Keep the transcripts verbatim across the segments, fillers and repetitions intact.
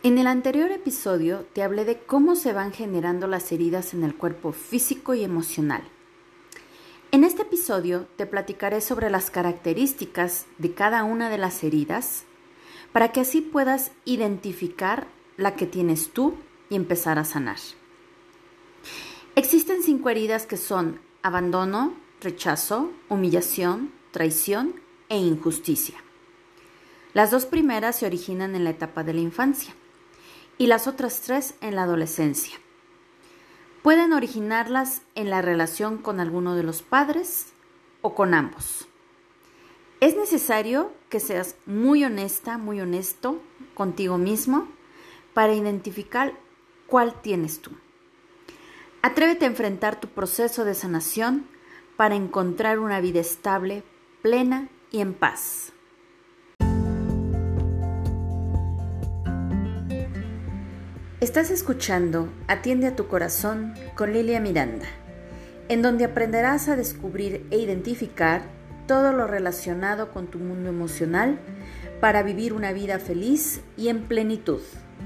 En el anterior episodio te hablé de cómo se van generando las heridas en el cuerpo físico y emocional. En este episodio te platicaré sobre las características de cada una de las heridas para que así puedas identificar la que tienes tú y empezar a sanar. Existen cinco heridas que son abandono, rechazo, humillación, traición e injusticia. Las dos primeras se originan en la etapa de la infancia y las otras tres en la adolescencia. Pueden originarlas en la relación con alguno de los padres o con ambos. Es necesario que seas muy honesta, muy honesto contigo mismo para identificar cuál tienes tú. Atrévete a enfrentar tu proceso de sanación para encontrar una vida estable, plena y en paz. Estás escuchando Atiende a tu corazón con Lilia Miranda, en donde aprenderás a descubrir e identificar todo lo relacionado con tu mundo emocional para vivir una vida feliz y en plenitud.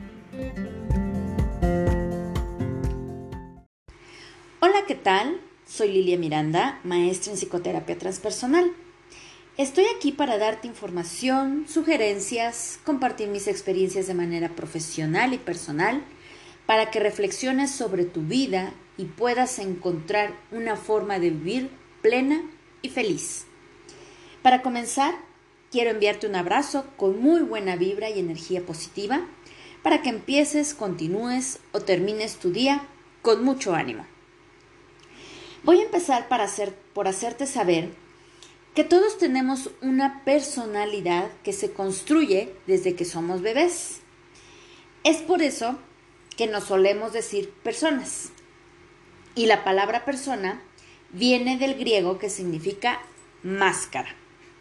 Hola, ¿qué tal? Soy Lilia Miranda, maestra en psicoterapia transpersonal. Estoy aquí para darte información, sugerencias, compartir mis experiencias de manera profesional y personal para que reflexiones sobre tu vida y puedas encontrar una forma de vivir plena y feliz. Para comenzar, quiero enviarte un abrazo con muy buena vibra y energía positiva para que empieces, continúes o termines tu día con mucho ánimo. Voy a empezar para hacer, por hacerte saber que todos tenemos una personalidad que se construye desde que somos bebés. Es por eso que nos solemos decir personas. Y la palabra persona viene del griego que significa máscara.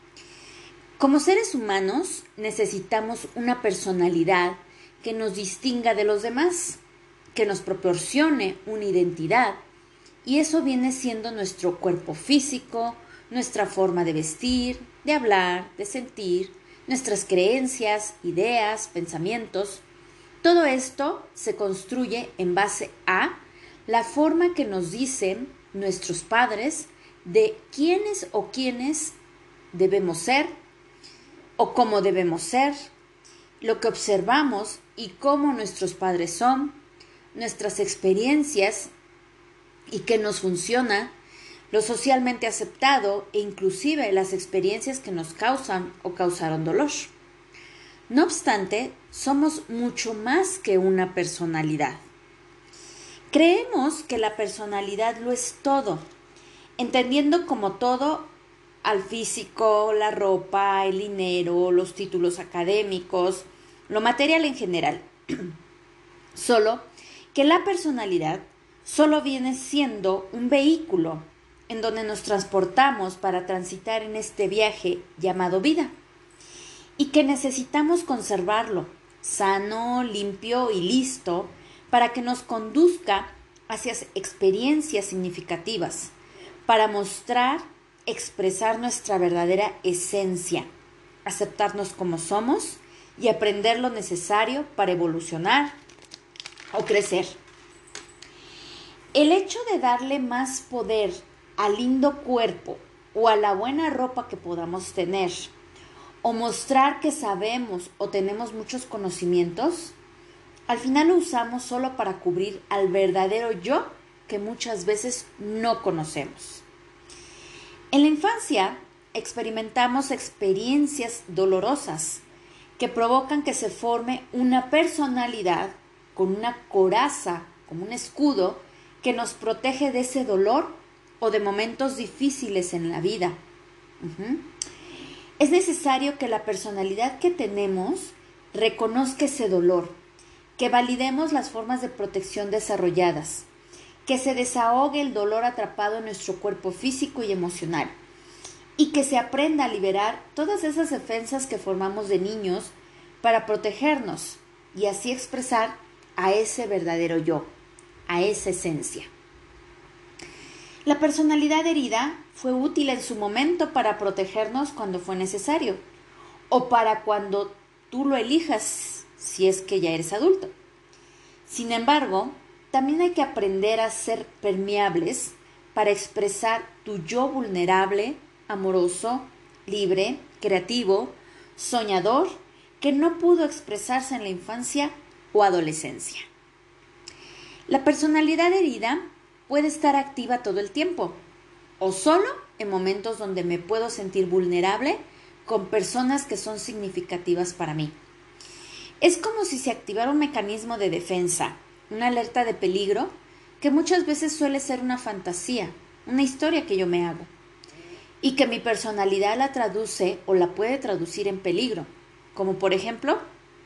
Como seres humanos necesitamos una personalidad que nos distinga de los demás, que nos proporcione una identidad, y eso viene siendo nuestro cuerpo físico, nuestra forma de vestir, de hablar, de sentir, nuestras creencias, ideas, pensamientos. Todo esto se construye en base a la forma que nos dicen nuestros padres de quiénes o quiénes debemos ser o cómo debemos ser, lo que observamos y cómo nuestros padres son, nuestras experiencias y qué nos funciona, lo socialmente aceptado e inclusive las experiencias que nos causan o causaron dolor. No obstante, somos mucho más que una personalidad. Creemos que la personalidad lo es todo, entendiendo como todo al físico, la ropa, el dinero, los títulos académicos, lo material en general. Solo que la personalidad solo viene siendo un vehículo en donde nos transportamos para transitar en este viaje llamado vida y que necesitamos conservarlo sano, limpio y listo para que nos conduzca hacia experiencias significativas, para mostrar, expresar nuestra verdadera esencia, aceptarnos como somos y aprender lo necesario para evolucionar o crecer. El hecho de darle más poder al lindo cuerpo o a la buena ropa que podamos tener, o mostrar que sabemos o tenemos muchos conocimientos, al final lo usamos solo para cubrir al verdadero yo que muchas veces no conocemos. En la infancia experimentamos experiencias dolorosas que provocan que se forme una personalidad con una coraza, como un escudo, que nos protege de ese dolor o de momentos difíciles en la vida. Uh-huh. Es necesario que la personalidad que tenemos reconozca ese dolor, que validemos las formas de protección desarrolladas, que se desahogue el dolor atrapado en nuestro cuerpo físico y emocional, y que se aprenda a liberar todas esas defensas que formamos de niños para protegernos y así expresar a ese verdadero yo, a esa esencia. La personalidad herida fue útil en su momento para protegernos cuando fue necesario, o para cuando tú lo elijas si es que ya eres adulto. Sin embargo, también hay que aprender a ser permeables para expresar tu yo vulnerable, amoroso, libre, creativo, soñador, que no pudo expresarse en la infancia o adolescencia. La personalidad herida puede estar activa todo el tiempo o solo en momentos donde me puedo sentir vulnerable con personas que son significativas para mí. Es como si se activara un mecanismo de defensa, una alerta de peligro, que muchas veces suele ser una fantasía, una historia que yo me hago, y que mi personalidad la traduce o la puede traducir en peligro, como por ejemplo,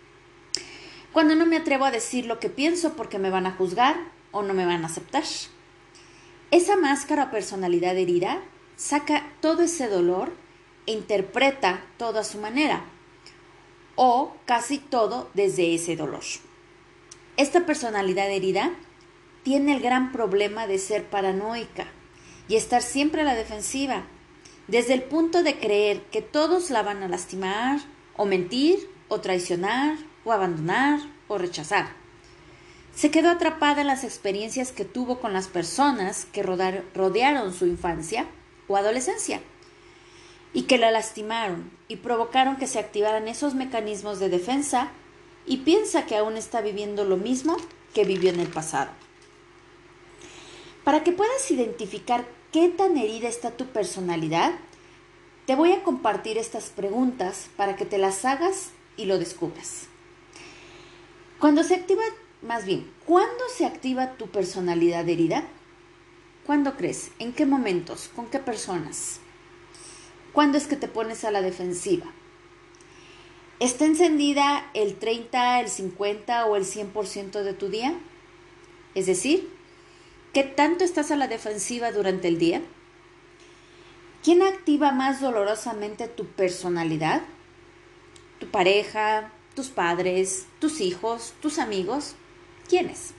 cuando no me atrevo a decir lo que pienso porque me van a juzgar o no me van a aceptar. Esa máscara o personalidad herida saca todo ese dolor e interpreta todo a su manera, o casi todo desde ese dolor. Esta personalidad herida tiene el gran problema de ser paranoica y estar siempre a la defensiva, desde el punto de creer que todos la van a lastimar, o mentir, o traicionar, o abandonar, o rechazar. Se quedó atrapada en las experiencias que tuvo con las personas que rodearon su infancia o adolescencia y que la lastimaron y provocaron que se activaran esos mecanismos de defensa, y piensa que aún está viviendo lo mismo que vivió en el pasado. Para que puedas identificar qué tan herida está tu personalidad, te voy a compartir estas preguntas para que te las hagas y lo descubras. Cuando se activa, más bien, ¿cuándo se activa tu personalidad herida? ¿Cuándo crees? ¿En qué momentos? ¿Con qué personas? ¿Cuándo es que te pones a la defensiva? ¿Está encendida el treinta, el cincuenta o el cien por ciento de tu día? Es decir, ¿qué tanto estás a la defensiva durante el día? ¿Quién activa más dolorosamente tu personalidad? ¿Tu pareja, tus padres, tus hijos, tus amigos? ¿Quiénes?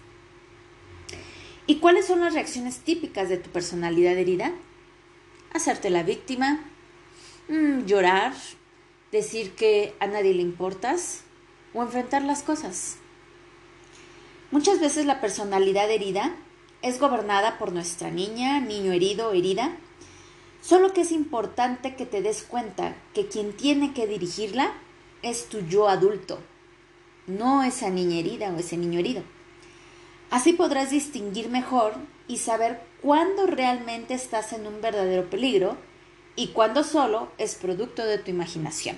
¿Y cuáles son las reacciones típicas de tu personalidad herida? Hacerte la víctima, mmm, llorar, decir que a nadie le importas o enfrentar las cosas. Muchas veces la personalidad herida es gobernada por nuestra niña, niño herido o herida, solo que es importante que te des cuenta que quien tiene que dirigirla es tu yo adulto, no esa niña herida o ese niño herido. Así podrás distinguir mejor y saber cuándo realmente estás en un verdadero peligro y cuándo solo es producto de tu imaginación.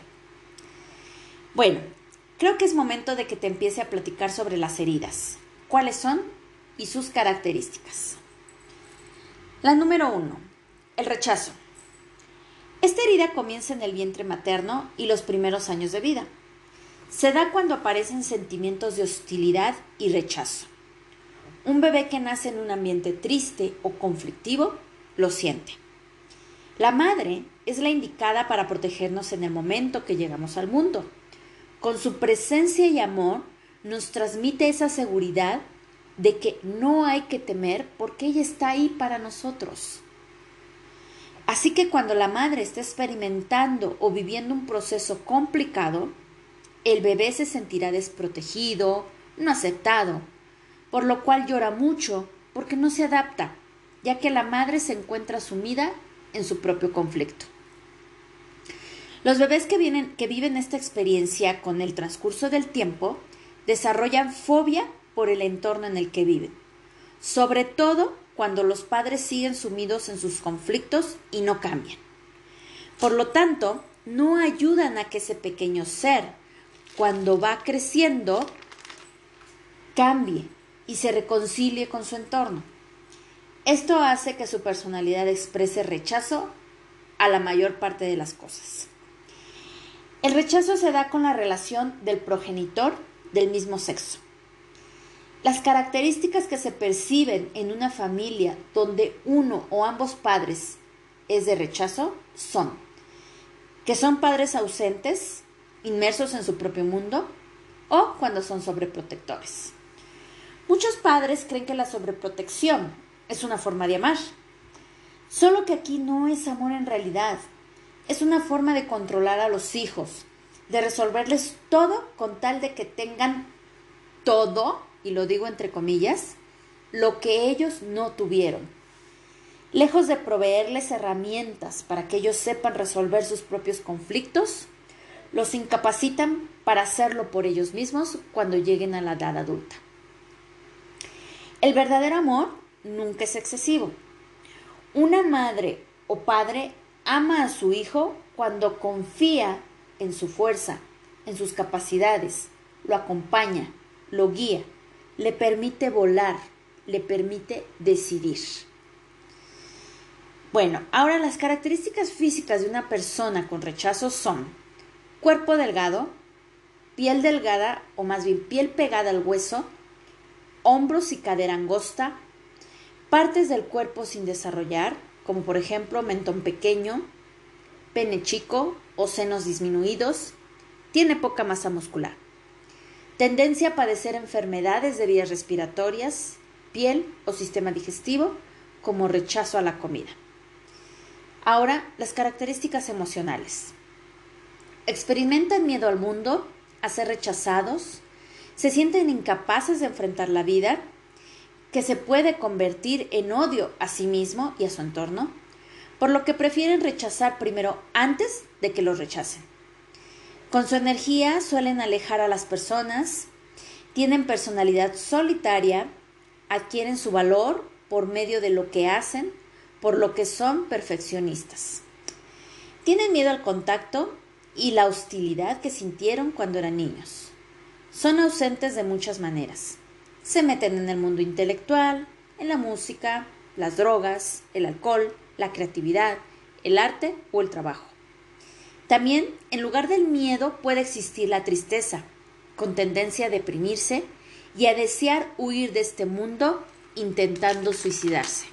Bueno, creo que es momento de que te empiece a platicar sobre las heridas, cuáles son y sus características. La número uno, el rechazo. Esta herida comienza en el vientre materno y los primeros años de vida. Se da cuando aparecen sentimientos de hostilidad y rechazo. Un bebé que nace en un ambiente triste o conflictivo lo siente. La madre es la indicada para protegernos en el momento que llegamos al mundo. Con su presencia y amor nos transmite esa seguridad de que no hay que temer porque ella está ahí para nosotros. Así que cuando la madre está experimentando o viviendo un proceso complicado, el bebé se sentirá desprotegido, no aceptado, por lo cual llora mucho porque no se adapta, ya que la madre se encuentra sumida en su propio conflicto. Los bebés que, vienen, que viven esta experiencia con el transcurso del tiempo desarrollan fobia por el entorno en el que viven, sobre todo cuando los padres siguen sumidos en sus conflictos y no cambian. Por lo tanto, no ayudan a que ese pequeño ser, cuando va creciendo, cambie y se reconcilie con su entorno. Esto hace que su personalidad exprese rechazo a la mayor parte de las cosas. El rechazo se da con la relación del progenitor del mismo sexo. Las características que se perciben en una familia donde uno o ambos padres es de rechazo son que son padres ausentes, inmersos en su propio mundo, o cuando son sobreprotectores. Muchos padres creen que la sobreprotección es una forma de amar, solo que aquí no es amor en realidad, es una forma de controlar a los hijos, de resolverles todo con tal de que tengan todo, y lo digo entre comillas, lo que ellos no tuvieron. Lejos de proveerles herramientas para que ellos sepan resolver sus propios conflictos, los incapacitan para hacerlo por ellos mismos cuando lleguen a la edad adulta. El verdadero amor nunca es excesivo. Una madre o padre ama a su hijo cuando confía en su fuerza, en sus capacidades, lo acompaña, lo guía, le permite volar, le permite decidir. Bueno, ahora las características físicas de una persona con rechazo son cuerpo delgado, piel delgada o más bien piel pegada al hueso, hombros y cadera angosta, partes del cuerpo sin desarrollar, como por ejemplo mentón pequeño, pene chico o senos disminuidos, tiene poca masa muscular. Tendencia a padecer enfermedades de vías respiratorias, piel o sistema digestivo, como rechazo a la comida. Ahora, las características emocionales. Experimentan miedo al mundo, a ser rechazados, se sienten incapaces de enfrentar la vida, que se puede convertir en odio a sí mismo y a su entorno, por lo que prefieren rechazar primero antes de que los rechacen. Con su energía suelen alejar a las personas, tienen personalidad solitaria, adquieren su valor por medio de lo que hacen, por lo que son perfeccionistas. Tienen miedo al contacto y la hostilidad que sintieron cuando eran niños. Son ausentes de muchas maneras. Se meten en el mundo intelectual, en la música, las drogas, el alcohol, la creatividad, el arte o el trabajo. También, en lugar del miedo, puede existir la tristeza, con tendencia a deprimirse y a desear huir de este mundo intentando suicidarse.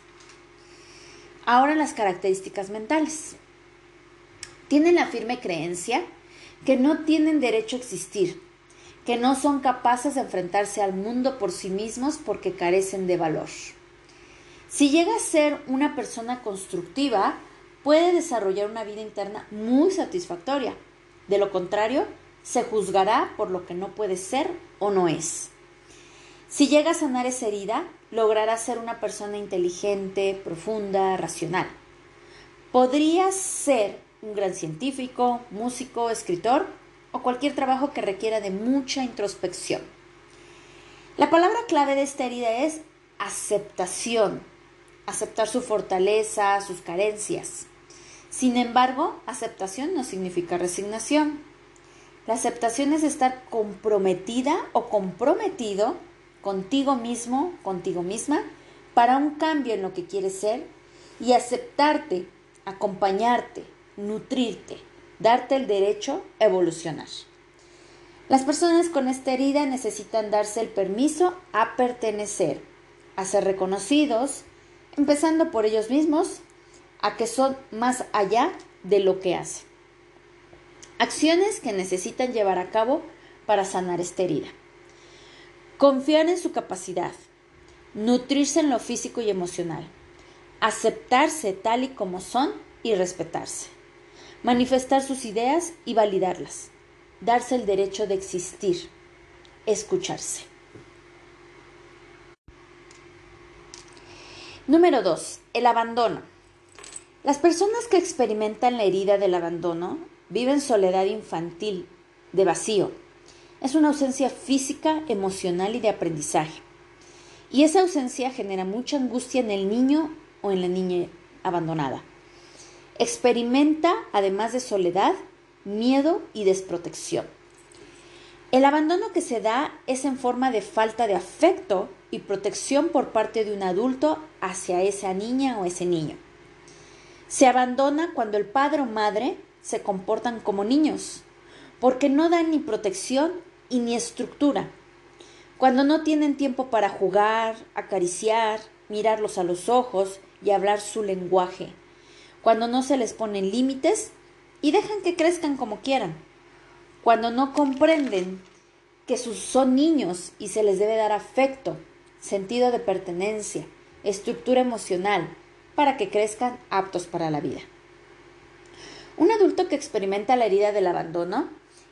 Ahora las características mentales. Tienen la firme creencia que no tienen derecho a existir, que no son capaces de enfrentarse al mundo por sí mismos porque carecen de valor. Si llega a ser una persona constructiva, puede desarrollar una vida interna muy satisfactoria. De lo contrario, se juzgará por lo que no puede ser o no es. Si llega a sanar esa herida, logrará ser una persona inteligente, profunda, racional. Podría ser un gran científico, músico, escritor o cualquier trabajo que requiera de mucha introspección. La palabra clave de esta herida es aceptación, aceptar su fortaleza, sus carencias. Sin embargo, aceptación no significa resignación. La aceptación es estar comprometida o comprometido contigo mismo, contigo misma, para un cambio en lo que quieres ser y aceptarte, acompañarte, nutrirte, darte el derecho a evolucionar. Las personas con esta herida necesitan darse el permiso a pertenecer, a ser reconocidos, empezando por ellos mismos, a que son más allá de lo que hacen. Acciones que necesitan llevar a cabo para sanar esta herida. Confiar en su capacidad, nutrirse en lo físico y emocional, aceptarse tal y como son y respetarse, manifestar sus ideas y validarlas, darse el derecho de existir, escucharse. Número dos. El abandono. Las personas que experimentan la herida del abandono viven soledad infantil, de vacío. Es una ausencia física, emocional y de aprendizaje. Y esa ausencia genera mucha angustia en el niño o en la niña abandonada. Experimenta, además de soledad, miedo y desprotección. El abandono que se da es en forma de falta de afecto y protección por parte de un adulto hacia esa niña o ese niño. Se abandona cuando el padre o madre se comportan como niños, porque no dan ni protección y ni estructura. Cuando no tienen tiempo para jugar, acariciar, mirarlos a los ojos y hablar su lenguaje. Cuando no se les ponen límites y dejan que crezcan como quieran. Cuando no comprenden que son niños y se les debe dar afecto, sentido de pertenencia, estructura emocional, para que crezcan aptos para la vida. Un adulto que experimenta la herida del abandono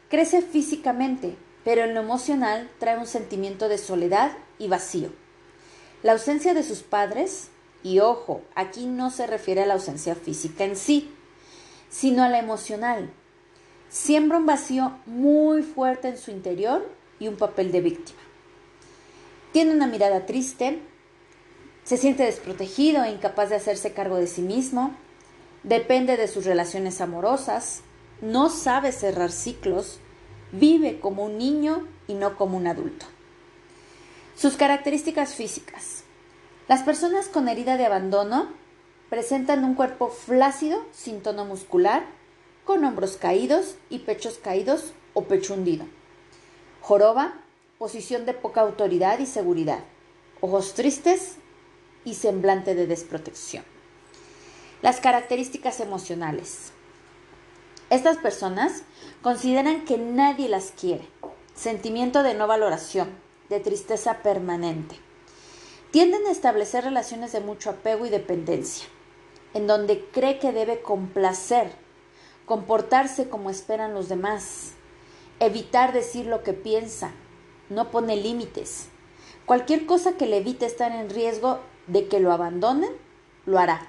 Crece físicamente, pero en lo emocional trae un sentimiento de soledad y vacío. La ausencia de sus padres, y ojo, aquí no se refiere a la ausencia física en sí, sino a la emocional, siembra un vacío muy fuerte en su interior y un papel de víctima. Tiene una mirada triste, se siente desprotegido e incapaz de hacerse cargo de sí mismo, depende de sus relaciones amorosas, no sabe cerrar ciclos, vive como un niño y no como un adulto. Sus características físicas. Las personas con herida de abandono presentan un cuerpo flácido sin tono muscular, con hombros caídos y pechos caídos o pecho hundido. Joroba, posición de poca autoridad y seguridad. Ojos tristes y semblante de desprotección. Las características emocionales. Estas personas consideran que nadie las quiere. Sentimiento de no valoración, de tristeza permanente. Tienden a establecer relaciones de mucho apego y dependencia, en donde cree que debe complacer, comportarse como esperan los demás, evitar decir lo que piensa, no pone límites. Cualquier cosa que le evite estar en riesgo de que lo abandonen, lo hará.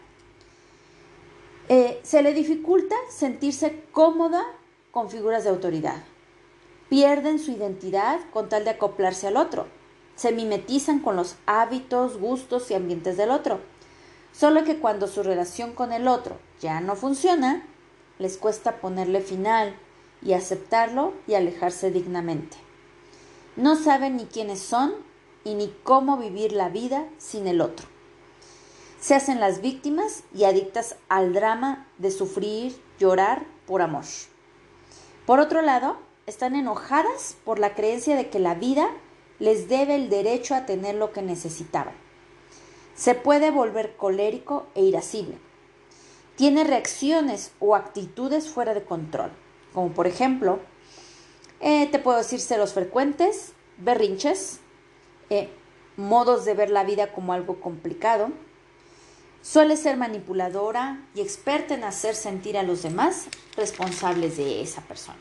Eh, se le dificulta sentirse cómoda con figuras de autoridad. Pierden su identidad con tal de acoplarse al otro. Se mimetizan con los hábitos, gustos y ambientes del otro. Solo que cuando su relación con el otro ya no funciona, les cuesta ponerle final y aceptarlo y alejarse dignamente. No saben ni quiénes son y ni cómo vivir la vida sin el otro. Se hacen las víctimas y adictas al drama de sufrir, llorar por amor. Por otro lado, están enojadas por la creencia de que la vida les debe el derecho a tener lo que necesitaban. Se puede volver colérico e irascible. Tiene reacciones o actitudes fuera de control, como por ejemplo, eh, te puedo decir celos frecuentes, berrinches, eh, modos de ver la vida como algo complicado. Suele ser manipuladora y experta en hacer sentir a los demás responsables de esa persona.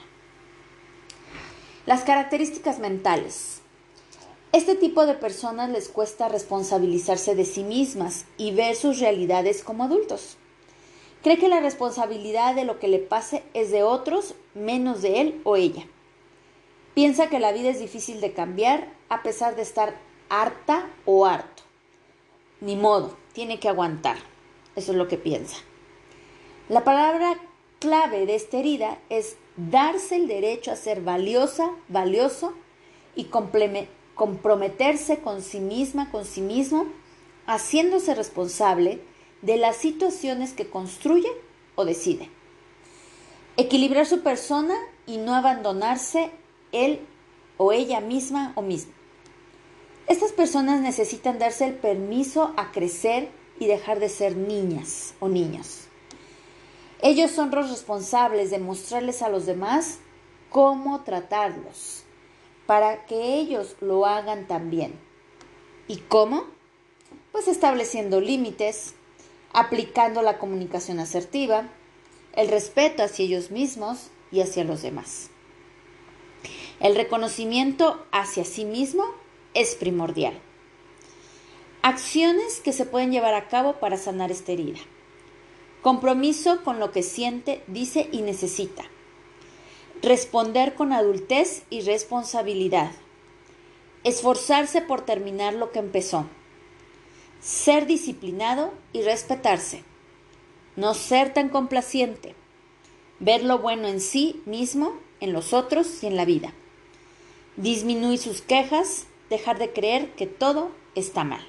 Las características mentales. Este tipo de personas les cuesta responsabilizarse de sí mismas y ver sus realidades como adultos. Cree que la responsabilidad de lo que le pase es de otros menos de él o ella. Piensa que la vida es difícil de cambiar a pesar de estar harta o harto. Ni modo, tiene que aguantar. Eso es lo que piensa. La palabra clave de esta herida es darse el derecho a ser valiosa, valioso y comprometerse con sí misma, con sí mismo, haciéndose responsable de las situaciones que construye o decide. Equilibrar su persona y no abandonarse él o ella misma o mismo. Estas personas necesitan darse el permiso a crecer y dejar de ser niñas o niños. Ellos son los responsables de mostrarles a los demás cómo tratarlos, para que ellos lo hagan también. ¿Y cómo? Pues estableciendo límites, aplicando la comunicación asertiva, el respeto hacia ellos mismos y hacia los demás. El reconocimiento hacia sí mismo es primordial. Acciones que se pueden llevar a cabo para sanar esta herida. Compromiso con lo que siente, dice y necesita. Responder con adultez y responsabilidad. Esforzarse por terminar lo que empezó. Ser disciplinado y respetarse. No ser tan complaciente. Ver lo bueno en sí mismo, en los otros y en la vida. Disminuir sus quejas, dejar de creer que todo está mal.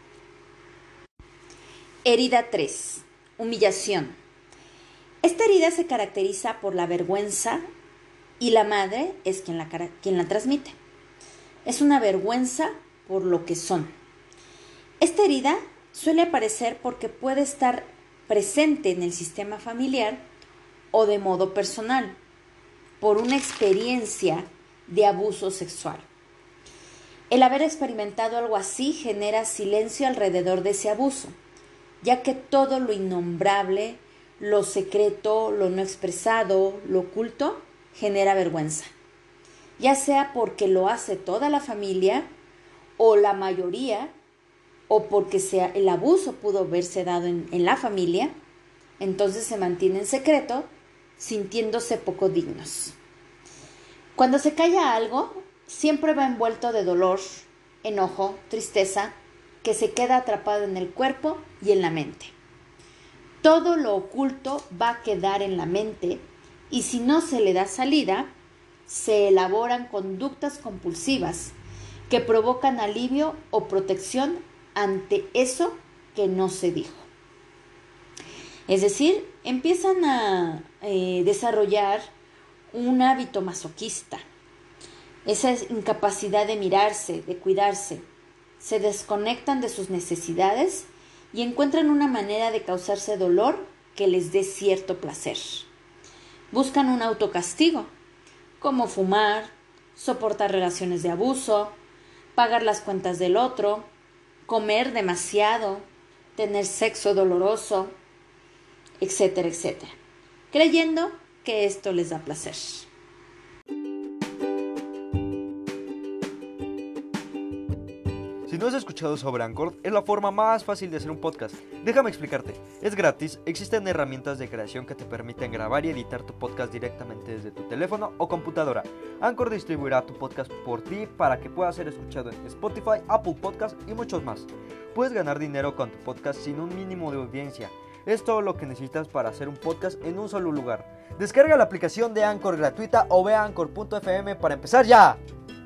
Herida tres. Humillación. Esta herida se caracteriza por la vergüenza y la madre es quien la, quien la transmite. Es una vergüenza por lo que son. Esta herida suele aparecer porque puede estar presente en el sistema familiar o de modo personal, por una experiencia de abuso sexual. El haber experimentado algo así genera silencio alrededor de ese abuso, ya que todo lo innombrable, lo secreto, lo no expresado, lo oculto, genera vergüenza. ya sea porque lo hace toda la familia o la mayoría, o porque sea, el abuso pudo haberse dado en, en la familia, entonces se mantiene en secreto, sintiéndose poco dignos. Cuando se calla algo, siempre va envuelto de dolor, enojo, tristeza, que se queda atrapado en el cuerpo y en la mente. Todo lo oculto va a quedar en la mente y si no se le da salida, se elaboran conductas compulsivas que provocan alivio o protección ante eso que no se dijo. Es decir, empiezan a eh, desarrollar un hábito masoquista, esa incapacidad de mirarse, de cuidarse. Se desconectan de sus necesidades y encuentran una manera de causarse dolor que les dé cierto placer. Buscan un autocastigo, como fumar, soportar relaciones de abuso, pagar las cuentas del otro, comer demasiado, tener sexo doloroso, etcétera, etcétera, creyendo que esto les da placer. Si no has escuchado sobre Anchor, es la forma más fácil de hacer un podcast. Déjame explicarte. Es gratis, existen herramientas de creación que te permiten grabar y editar tu podcast directamente desde tu teléfono o computadora. Anchor distribuirá tu podcast por ti para que pueda ser escuchado en Spotify, Apple Podcasts y muchos más. Puedes ganar dinero con tu podcast sin un mínimo de audiencia. Es todo lo que necesitas para hacer un podcast en un solo lugar. Descarga la aplicación de Anchor gratuita o ve a anchor punto efe eme para empezar ya.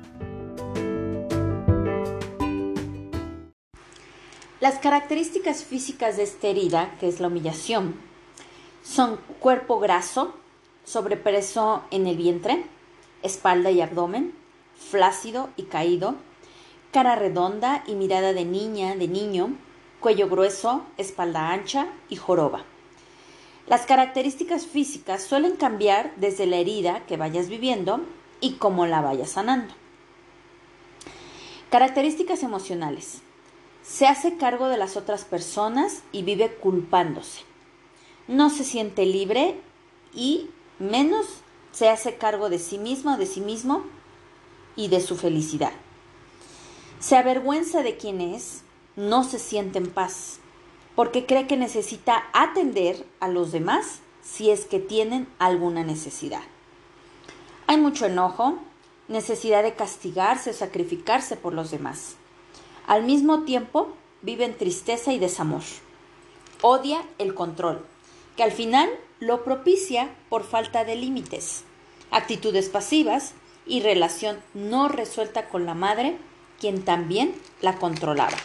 Las características físicas de esta herida, que es la humillación, son cuerpo graso, sobrepeso en el vientre, espalda y abdomen, flácido y caído, cara redonda y mirada de niña, de niño, cuello grueso, espalda ancha y joroba. Las características físicas suelen cambiar desde la herida que vayas viviendo y cómo la vayas sanando. Características emocionales. Se hace cargo de las otras personas y vive culpándose. No se siente libre y menos se hace cargo de sí mismo, de sí mismo y de su felicidad. Se avergüenza de quién es, no se siente en paz, porque cree que necesita atender a los demás si es que tienen alguna necesidad. Hay mucho enojo, necesidad de castigarse o sacrificarse por los demás. Al mismo tiempo, vive en tristeza y desamor. Odia el control, que al final lo propicia por falta de límites, actitudes pasivas y relación no resuelta con la madre, quien también la controlaba.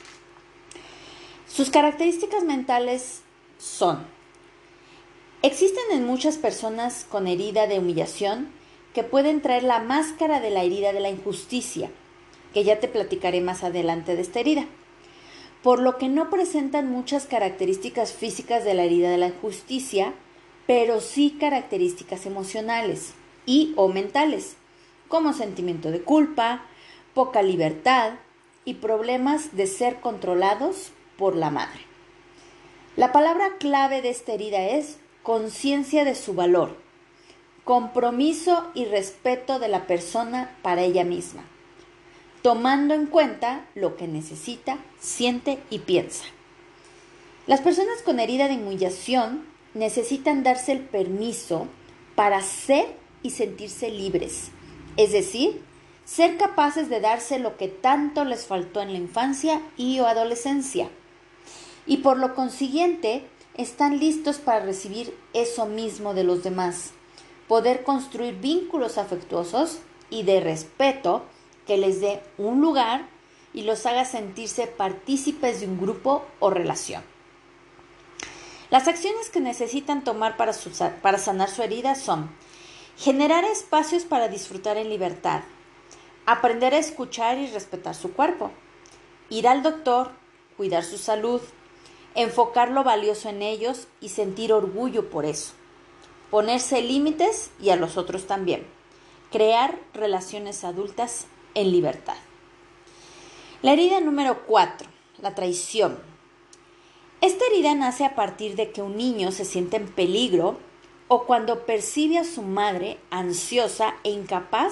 Sus características mentales son: existen en muchas personas con herida de humillación que pueden traer la máscara de la herida de la injusticia, que ya te platicaré más adelante de esta herida, por lo que no presentan muchas características físicas de la herida de la injusticia, pero sí características emocionales y o mentales, como sentimiento de culpa, poca libertad y problemas de ser controlados por la madre. La palabra clave de esta herida es conciencia de su valor, compromiso y respeto de la persona para ella misma, tomando en cuenta lo que necesita, siente y piensa. Las personas con herida de humillación necesitan darse el permiso para ser y sentirse libres, es decir, ser capaces de darse lo que tanto les faltó en la infancia y o adolescencia, y por lo consiguiente están listos para recibir eso mismo de los demás, poder construir vínculos afectuosos y de respeto que les dé un lugar y los haga sentirse partícipes de un grupo o relación. Las acciones que necesitan tomar para, su, para sanar su herida son: generar espacios para disfrutar en libertad, aprender a escuchar y respetar su cuerpo, ir al doctor, cuidar su salud, enfocar lo valioso en ellos y sentir orgullo por eso, ponerse límites y a los otros también, crear relaciones adultas en libertad. La herida número cuatro, la traición. Esta herida nace a partir de que un niño se siente en peligro o cuando percibe a su madre ansiosa e incapaz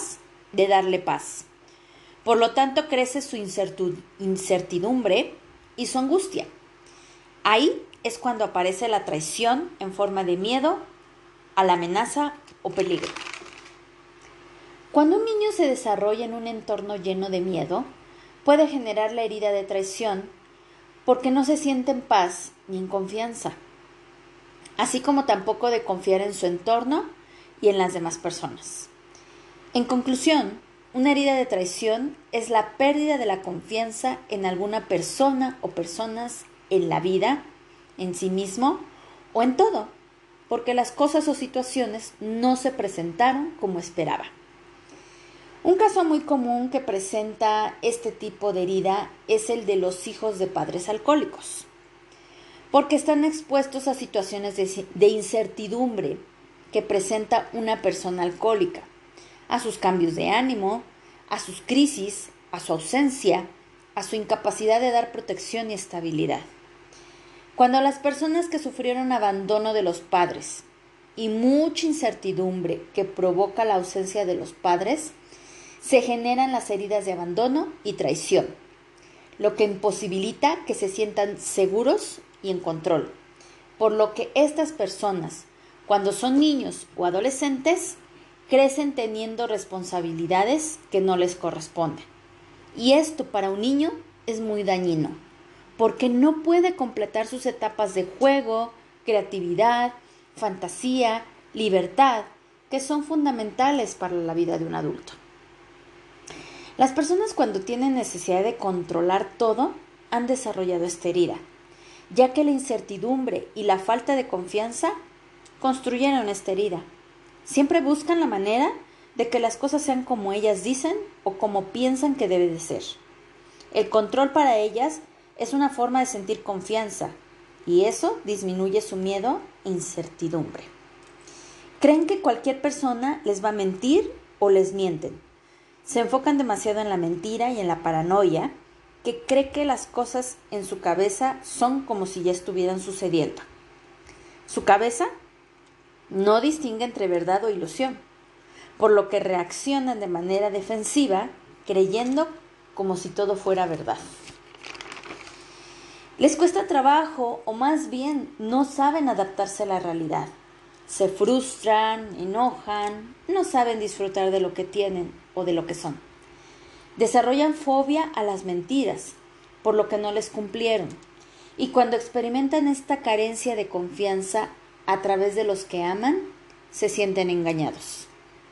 de darle paz. Por lo tanto, crece su incertidumbre y su angustia. Ahí es cuando aparece la traición en forma de miedo a la amenaza o peligro. Cuando un niño se desarrolla en un entorno lleno de miedo, puede generar la herida de traición porque no se siente en paz ni en confianza, así como tampoco de confiar en su entorno y en las demás personas. En conclusión, una herida de traición es la pérdida de la confianza en alguna persona o personas en la vida, en sí mismo o en todo, porque las cosas o situaciones no se presentaron como esperaba. Un caso muy común que presenta este tipo de herida es el de los hijos de padres alcohólicos, porque están expuestos a situaciones de, de incertidumbre que presenta una persona alcohólica, a sus cambios de ánimo, a sus crisis, a su ausencia, a su incapacidad de dar protección y estabilidad. Cuando las personas que sufrieron abandono de los padres y mucha incertidumbre que provoca la ausencia de los padres, se generan las heridas de abandono y traición, lo que imposibilita que se sientan seguros y en control, por lo que estas personas, cuando son niños o adolescentes, crecen teniendo responsabilidades que no les corresponden. Y esto para un niño es muy dañino, porque no puede completar sus etapas de juego, creatividad, fantasía, libertad, que son fundamentales para la vida de un adulto. Las personas cuando tienen necesidad de controlar todo han desarrollado esta herida, ya que la incertidumbre y la falta de confianza construyeron esta herida. Siempre buscan la manera de que las cosas sean como ellas dicen o como piensan que debe de ser. El control para ellas es una forma de sentir confianza y eso disminuye su miedo e incertidumbre. Creen que cualquier persona les va a mentir o les mienten. Se enfocan demasiado en la mentira y en la paranoia, que cree que las cosas en su cabeza son como si ya estuvieran sucediendo. Su cabeza no distingue entre verdad o ilusión, por lo que reaccionan de manera defensiva, creyendo como si todo fuera verdad. Les cuesta trabajo o más bien no saben adaptarse a la realidad. Se frustran, enojan, no saben disfrutar de lo que tienen o de lo que son. Desarrollan fobia a las mentiras, por lo que no les cumplieron. Y cuando experimentan esta carencia de confianza a través de los que aman, se sienten engañados.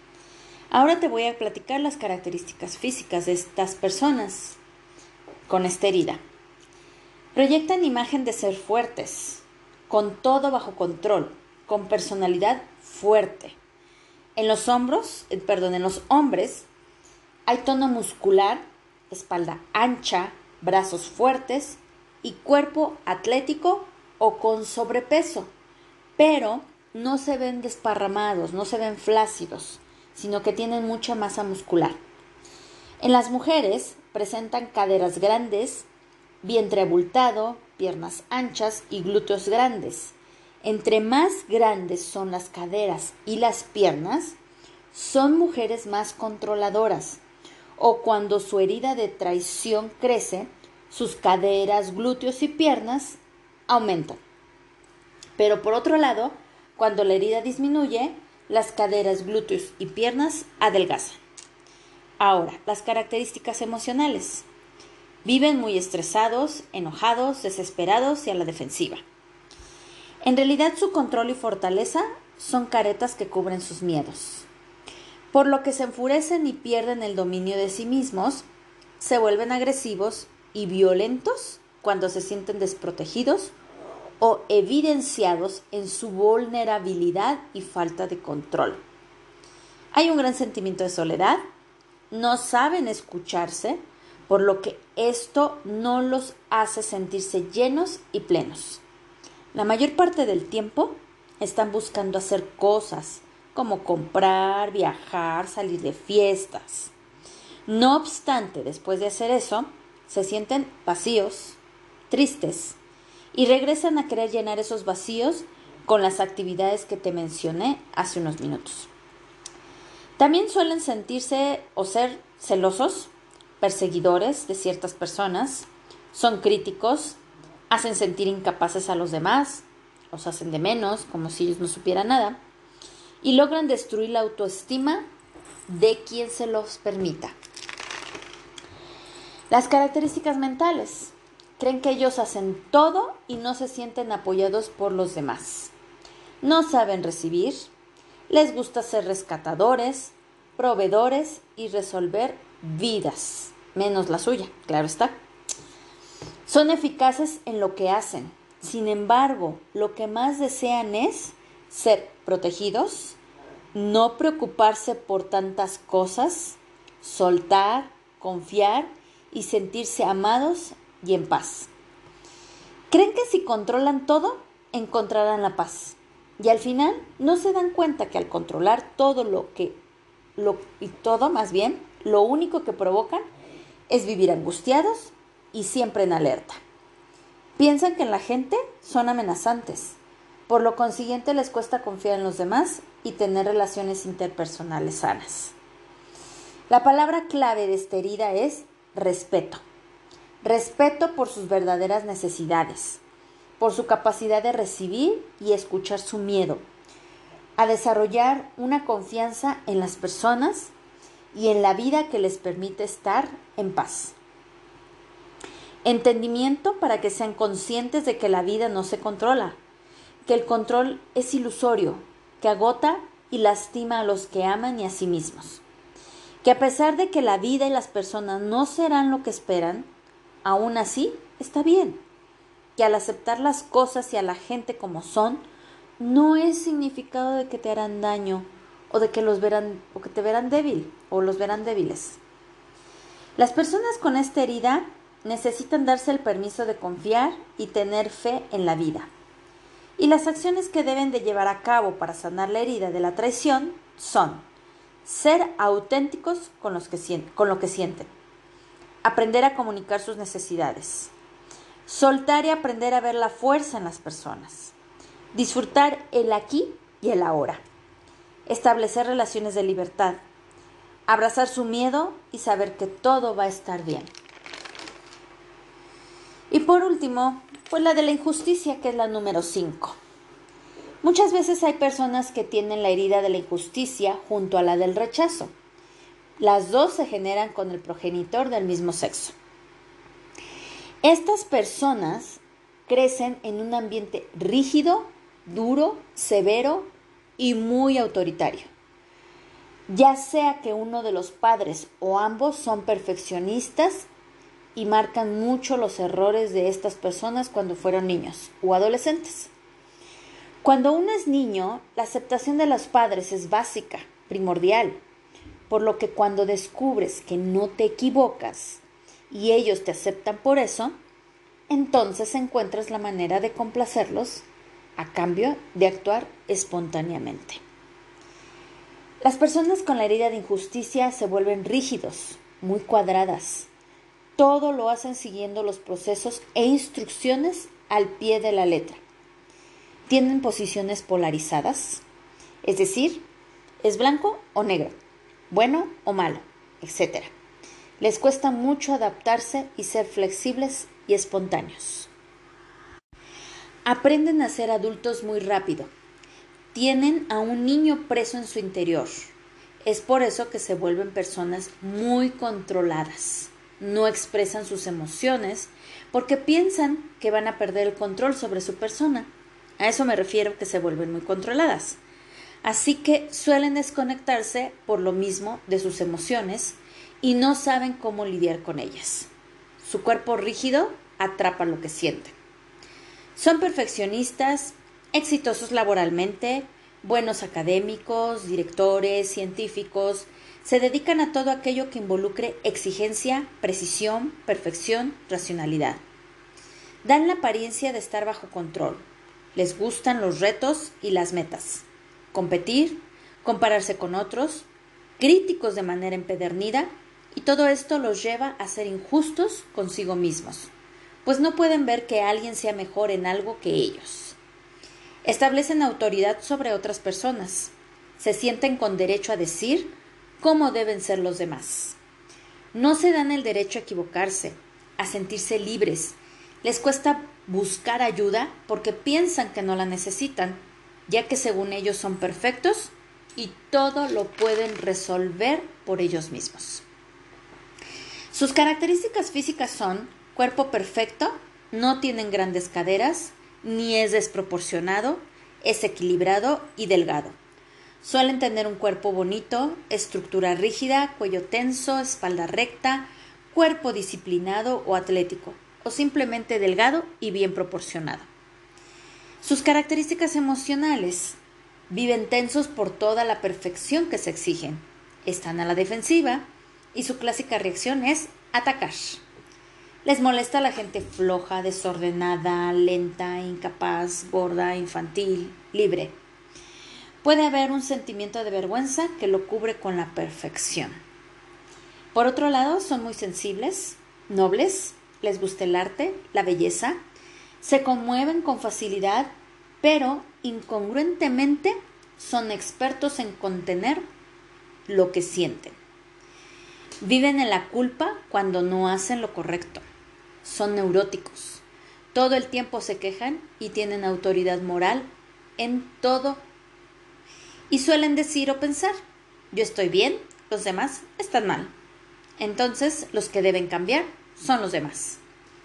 Ahora te voy a platicar las características físicas de estas personas con esta herida. Proyectan imagen de ser fuertes, con todo bajo control, con personalidad fuerte. En los hombros, eh, perdón, en los hombres hay tono muscular, espalda ancha, brazos fuertes y cuerpo atlético o con sobrepeso, pero no se ven desparramados, no se ven flácidos, sino que tienen mucha masa muscular. En las mujeres presentan caderas grandes, vientre abultado, piernas anchas y glúteos grandes. Entre más grandes son las caderas y las piernas, son mujeres más controladoras, o cuando su herida de traición crece, sus caderas, glúteos y piernas aumentan. Pero por otro lado, cuando la herida disminuye, las caderas, glúteos y piernas adelgazan. Ahora, las características emocionales. Viven muy estresados, enojados, desesperados y a la defensiva. En realidad, su control y fortaleza son caretas que cubren sus miedos. Por lo que se enfurecen y pierden el dominio de sí mismos, se vuelven agresivos y violentos cuando se sienten desprotegidos o evidenciados en su vulnerabilidad y falta de control. Hay un gran sentimiento de soledad, no saben escucharse, por lo que esto no los hace sentirse llenos y plenos. La mayor parte del tiempo están buscando hacer cosas como comprar, viajar, salir de fiestas. No obstante, después de hacer eso, se sienten vacíos, tristes y regresan a querer llenar esos vacíos con las actividades que te mencioné hace unos minutos. También suelen sentirse o ser celosos, perseguidores de ciertas personas, son críticos, hacen sentir incapaces a los demás, los hacen de menos, como si ellos no supieran nada, y logran destruir la autoestima de quien se los permita. Las características mentales. Creen que ellos hacen todo y no se sienten apoyados por los demás. No saben recibir, les gusta ser rescatadores, proveedores y resolver vidas, menos la suya, claro está. Son eficaces en lo que hacen. Sin embargo, lo que más desean es ser protegidos, no preocuparse por tantas cosas, soltar, confiar y sentirse amados y en paz. Creen que si controlan todo, encontrarán la paz. Y al final no se dan cuenta que al controlar todo lo que, lo, y todo más bien, lo único que provocan es vivir angustiados y siempre en alerta. Piensan que la gente son amenazantes, por lo consiguiente les cuesta confiar en los demás y tener relaciones interpersonales sanas. La palabra clave de esta herida es respeto. Respeto por sus verdaderas necesidades, por su capacidad de recibir y escuchar su miedo, a desarrollar una confianza en las personas y en la vida que les permite estar en paz. Entendimiento para que sean conscientes de que la vida no se controla, que el control es ilusorio, que agota y lastima a los que aman y a sí mismos. Que a pesar de que la vida y las personas no serán lo que esperan, aún así está bien. Que al aceptar las cosas y a la gente como son, no es significado de que te harán daño o de que los verán o que te verán débil o los verán débiles. Las personas con esta herida necesitan darse el permiso de confiar y tener fe en la vida. Y las acciones que deben de llevar a cabo para sanar la herida de la traición son ser auténticos con, los que, con lo que sienten, aprender a comunicar sus necesidades, soltar y aprender a ver la fuerza en las personas, disfrutar el aquí y el ahora, establecer relaciones de libertad, abrazar su miedo y saber que todo va a estar bien. Y por último, pues la de la injusticia, que es la número cinco. Muchas veces hay personas que tienen la herida de la injusticia junto a la del rechazo. Las dos se generan con el progenitor del mismo sexo. Estas personas crecen en un ambiente rígido, duro, severo y muy autoritario. Ya sea que uno de los padres o ambos son perfeccionistas y marcan mucho los errores de estas personas cuando fueron niños o adolescentes. Cuando uno es niño, la aceptación de los padres es básica, primordial, por lo que cuando descubres que no te equivocas y ellos te aceptan por eso, entonces encuentras la manera de complacerlos a cambio de actuar espontáneamente. Las personas con la herida de injusticia se vuelven rígidos, muy cuadradas. Todo lo hacen siguiendo los procesos e instrucciones al pie de la letra. Tienen posiciones polarizadas, es decir, es blanco o negro, bueno o malo, etcétera. Les cuesta mucho adaptarse y ser flexibles y espontáneos. Aprenden a ser adultos muy rápido. Tienen a un niño preso en su interior. Es por eso que se vuelven personas muy controladas. No expresan sus emociones porque piensan que van a perder el control sobre su persona. A eso me refiero que se vuelven muy controladas. Así que suelen desconectarse por lo mismo de sus emociones y no saben cómo lidiar con ellas. Su cuerpo rígido atrapa lo que sienten. Son perfeccionistas, exitosos laboralmente, buenos académicos, directores, científicos. Se dedican a todo aquello que involucre exigencia, precisión, perfección, racionalidad. Dan la apariencia de estar bajo control. Les gustan los retos y las metas. Competir, compararse con otros, críticos de manera empedernida, y todo esto los lleva a ser injustos consigo mismos, pues no pueden ver que alguien sea mejor en algo que ellos. Establecen autoridad sobre otras personas. Se sienten con derecho a decir cómo deben ser los demás. No se dan el derecho a equivocarse, a sentirse libres. Les cuesta buscar ayuda porque piensan que no la necesitan, ya que según ellos son perfectos y todo lo pueden resolver por ellos mismos. Sus características físicas son cuerpo perfecto, no tienen grandes caderas, ni es desproporcionado, es equilibrado y delgado. Suelen tener un cuerpo bonito, estructura rígida, cuello tenso, espalda recta, cuerpo disciplinado o atlético, o simplemente delgado y bien proporcionado. Sus características emocionales: viven tensos por toda la perfección que se exigen, están a la defensiva y su clásica reacción es atacar. Les molesta la gente floja, desordenada, lenta, incapaz, gorda, infantil, libre. Puede haber un sentimiento de vergüenza que lo cubre con la perfección. Por otro lado, son muy sensibles, nobles, les gusta el arte, la belleza, se conmueven con facilidad, pero incongruentemente son expertos en contener lo que sienten. Viven en la culpa cuando no hacen lo correcto. Son neuróticos. Todo el tiempo se quejan y tienen autoridad moral en todo. Y suelen decir o pensar: yo estoy bien, los demás están mal. Entonces, los que deben cambiar son los demás.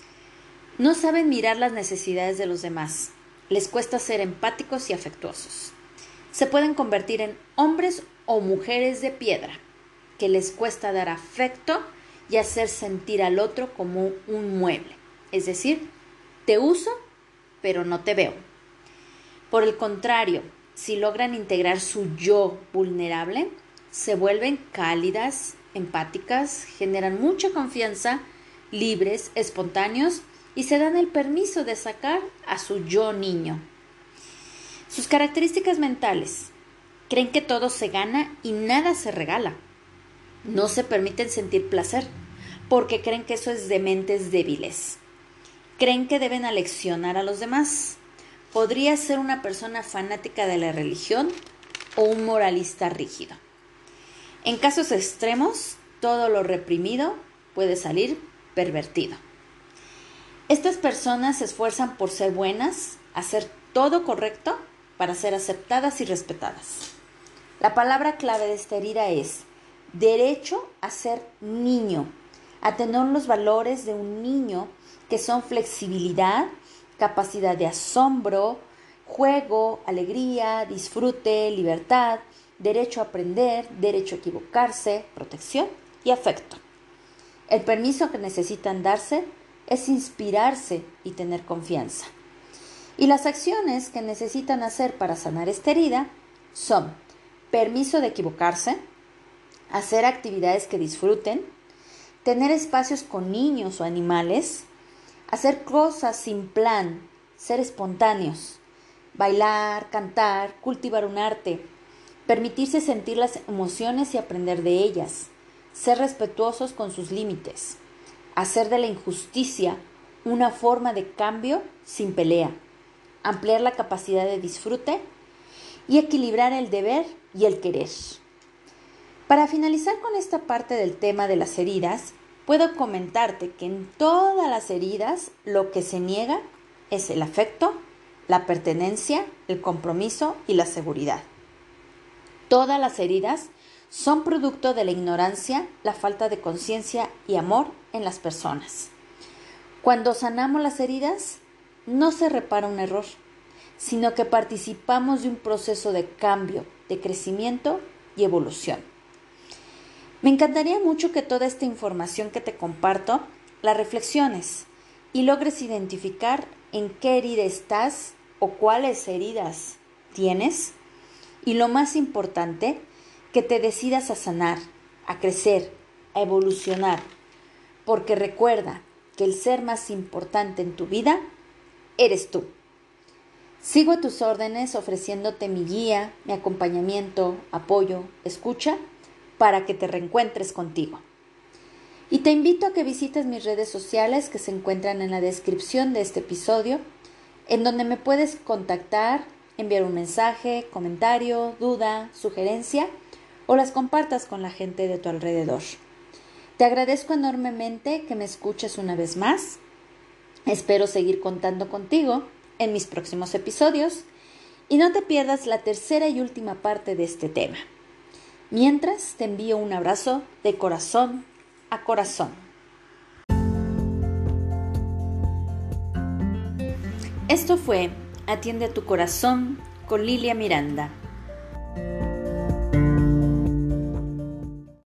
No saben mirar las necesidades de los demás. Les cuesta ser empáticos y afectuosos. Se pueden convertir en hombres o mujeres de piedra, que les cuesta dar afecto y hacer sentir al otro como un mueble. Es decir, te uso, pero no te veo. Por el contrario, si logran integrar su yo vulnerable, se vuelven cálidas, empáticas, generan mucha confianza, libres, espontáneos y se dan el permiso de sacar a su yo niño. Sus características mentales: creen que todo se gana y nada se regala. No se permiten sentir placer porque creen que eso es de mentes débiles. Creen que deben aleccionar a los demás. Podría ser una persona fanática de la religión o un moralista rígido. En casos extremos, todo lo reprimido puede salir pervertido. Estas personas se esfuerzan por ser buenas, hacer todo correcto para ser aceptadas y respetadas. La palabra clave de esta herida es derecho a ser niño, a tener los valores de un niño, que son flexibilidad, capacidad de asombro, juego, alegría, disfrute, libertad, derecho a aprender, derecho a equivocarse, protección y afecto. El permiso que necesitan darse es inspirarse y tener confianza. Y las acciones que necesitan hacer para sanar esta herida son permiso de equivocarse, hacer actividades que disfruten, tener espacios con niños o animales, hacer cosas sin plan, ser espontáneos, bailar, cantar, cultivar un arte, permitirse sentir las emociones y aprender de ellas, ser respetuosos con sus límites, hacer de la injusticia una forma de cambio sin pelea, ampliar la capacidad de disfrute y equilibrar el deber y el querer. Para finalizar con esta parte del tema de las heridas, puedo comentarte que en todas las heridas lo que se niega es el afecto, la pertenencia, el compromiso y la seguridad. Todas las heridas son producto de la ignorancia, la falta de conciencia y amor en las personas. Cuando sanamos las heridas, no se repara un error, sino que participamos de un proceso de cambio, de crecimiento y evolución. Me encantaría mucho que toda esta información que te comparto la reflexiones y logres identificar en qué herida estás o cuáles heridas tienes, y lo más importante, que te decidas a sanar, a crecer, a evolucionar, porque recuerda que el ser más importante en tu vida eres tú. Sigo a tus órdenes ofreciéndote mi guía, mi acompañamiento, apoyo, escucha, para que te reencuentres contigo. Y te invito a que visites mis redes sociales que se encuentran en la descripción de este episodio, en donde me puedes contactar, enviar un mensaje, comentario, duda, sugerencia, o las compartas con la gente de tu alrededor. Te agradezco enormemente que me escuches una vez más. Espero seguir contando contigo en mis próximos episodios y no te pierdas la tercera y última parte de este tema. Mientras, te envío un abrazo de corazón a corazón. Esto fue Atiende a tu corazón con Lilia Miranda.